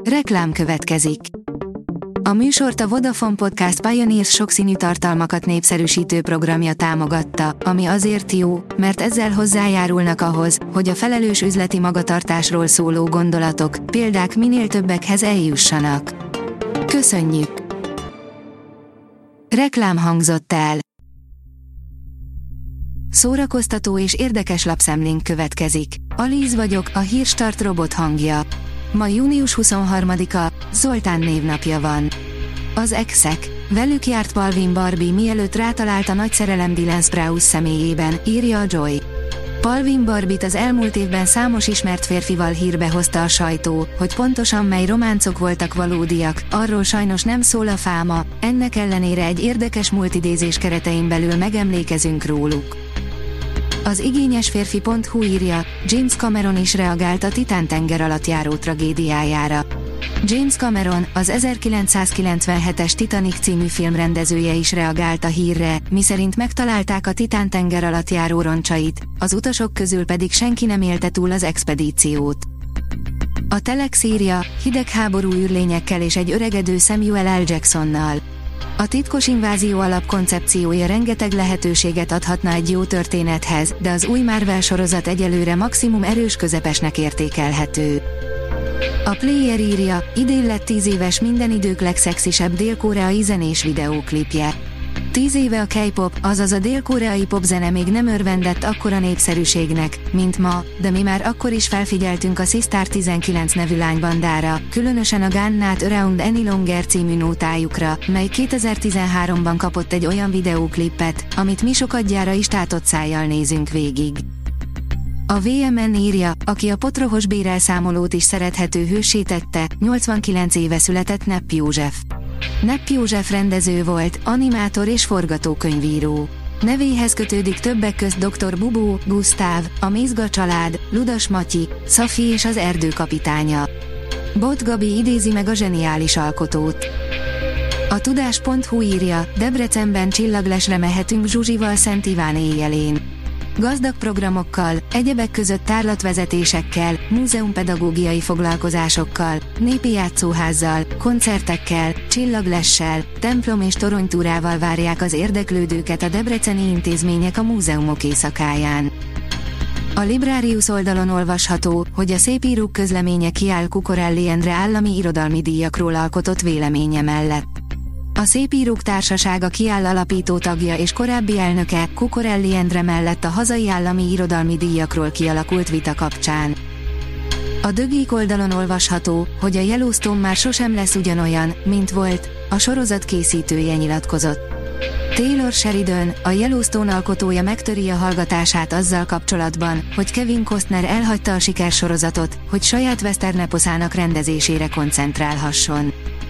Reklám következik. A műsort a Vodafone Podcast Pioneers sokszínű tartalmakat népszerűsítő programja támogatta, ami azért jó, mert ezzel hozzájárulnak ahhoz, hogy a felelős üzleti magatartásról szóló gondolatok, példák minél többekhez eljussanak. Köszönjük! Reklám hangzott el. Szórakoztató és érdekes lapszemlénk következik. Alíz vagyok, a Hírstart robot hangja. Ma június 23-a, Zoltán névnapja van. Az exek. Velük járt Palvin Barbie, mielőtt rátalált a nagy szerelem Dylan Sprouse személyében, írja a Joy. Palvin Barbie-t az elmúlt évben számos ismert férfival hírbe hozta a sajtó, hogy pontosan mely románcok voltak valódiak, arról sajnos nem szól a fáma, ennek ellenére egy érdekes multidézés keretein belül megemlékezünk róluk. Az igényesférfi.hu írja, James Cameron is reagált a Titán tengeralattjáró tragédiájára. James Cameron, az 1997-es Titanic című film rendezője is reagált a hírre, miszerint megtalálták a Titán tengeralattjáró roncsait, az utasok közül pedig senki nem élte túl az expedíciót. A Telex írja, hidegháború űrlényekkel és egy öregedő Samuel L. Jacksonnal. A titkos invázió alapkoncepciója rengeteg lehetőséget adhatna egy jó történethez, de az új Marvel sorozat egyelőre maximum erős közepesnek értékelhető. A Player írja, idén lett 10 éves minden idők legszexisebb dél-koreai zenés videóklipje. 10 éve a K-pop, azaz a dél-koreai popzene még nem örvendett akkora népszerűségnek, mint ma, de mi már akkor is felfigyeltünk a Sistar 19 nevű lánybandára, különösen a Gun Not Around Any Longer című nótájukra, mely 2013-ban kapott egy olyan videóklipet, amit mi sokadjára is tátott szájjal nézünk végig. A VMN írja, aki a potrohos bérelszámolót is szerethető hőssé tette, 89 éve született Knepp József. Knepp József rendező volt, animátor és forgatókönyvíró. Nevéhez kötődik többek közt Dr. Bubó, Gusztáv, a Mézga család, Ludas Matyi, Szafi és az erdő kapitánya. Bot Gabi idézi meg a zseniális alkotót. A tudás.hu írja, Debrecenben csillaglesre mehetünk Zsuzsival Szent Iván éjjelén. Gazdag programokkal, egyebek között tárlatvezetésekkel, múzeumpedagógiai foglalkozásokkal, népi játszóházzal, koncertekkel, csillaglessel, templom és toronytúrával várják az érdeklődőket a debreceni intézmények a múzeumok éjszakáján. A Librarius oldalon olvasható, hogy a szépírók közleménye kiáll Cucorelli Endre állami irodalmi díjakról alkotott véleménye mellett. A Szépírók Társasága kiáll alapító tagja és korábbi elnöke, Cucorelli Endre mellett a hazai állami irodalmi díjakról kialakult vita kapcsán. A The Geek oldalon olvasható, hogy a Yellowstone már sosem lesz ugyanolyan, mint volt, a sorozat készítője nyilatkozott. Taylor Sheridan, a Yellowstone alkotója megtöri a hallgatását azzal kapcsolatban, hogy Kevin Costner elhagyta a sikersorozatot, hogy saját western eposzának rendezésére koncentrálhasson.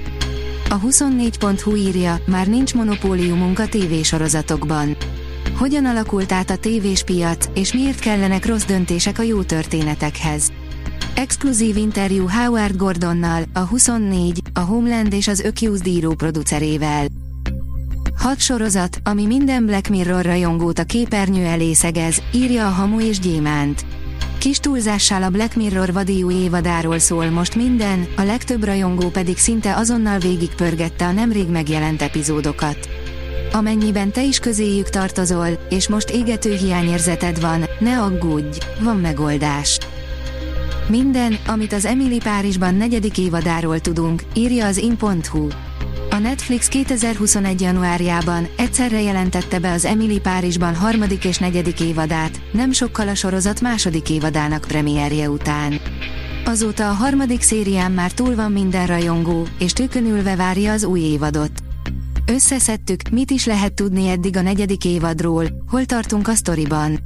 A 24.hu írja, már nincs monopóliumunk a tévésorozatokban. Hogyan alakult át a tévés piac, és miért kellenek rossz döntések a jó történetekhez? Exkluzív interjú Howard Gordonnal, a 24, a Homeland és az Accused író producerével. 6 sorozat, ami minden Black Mirror rajongót a képernyő elé szegez, írja a Hamu és Gyémánt. Kis túlzással a Black Mirror vadi új évadáról szól most minden, a legtöbb rajongó pedig szinte azonnal végigpörgette a nemrég megjelent epizódokat. Amennyiben te is közéjük tartozol, és most égető hiányérzeted van, ne aggódj, van megoldás. Minden, amit az Emily Párizsban 4. évadáról tudunk, írja az in.hu. A Netflix 2021. januárjában egyszerre jelentette be az Emily Párizsban 3. és 4. évadát, nem sokkal a sorozat 2. évadának premierje után. Azóta a 3. szérián már túl van minden rajongó, és tükönülve várja az új évadot. Összeszedtük, mit is lehet tudni eddig a 4. évadról, hol tartunk a sztoriban.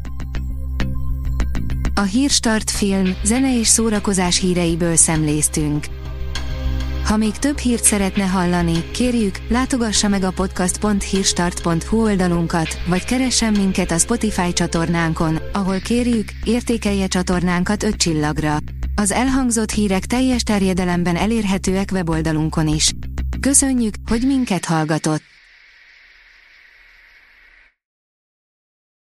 A Hírstart film, zene és szórakozás híreiből szemléztünk. Ha még több hírt szeretne hallani, kérjük, látogassa meg a podcast.hírstart.hu oldalunkat, vagy keressen minket a Spotify csatornánkon, ahol kérjük, értékelje csatornánkat 5 csillagra. Az elhangzott hírek teljes terjedelemben elérhetőek weboldalunkon is. Köszönjük, hogy minket hallgatott!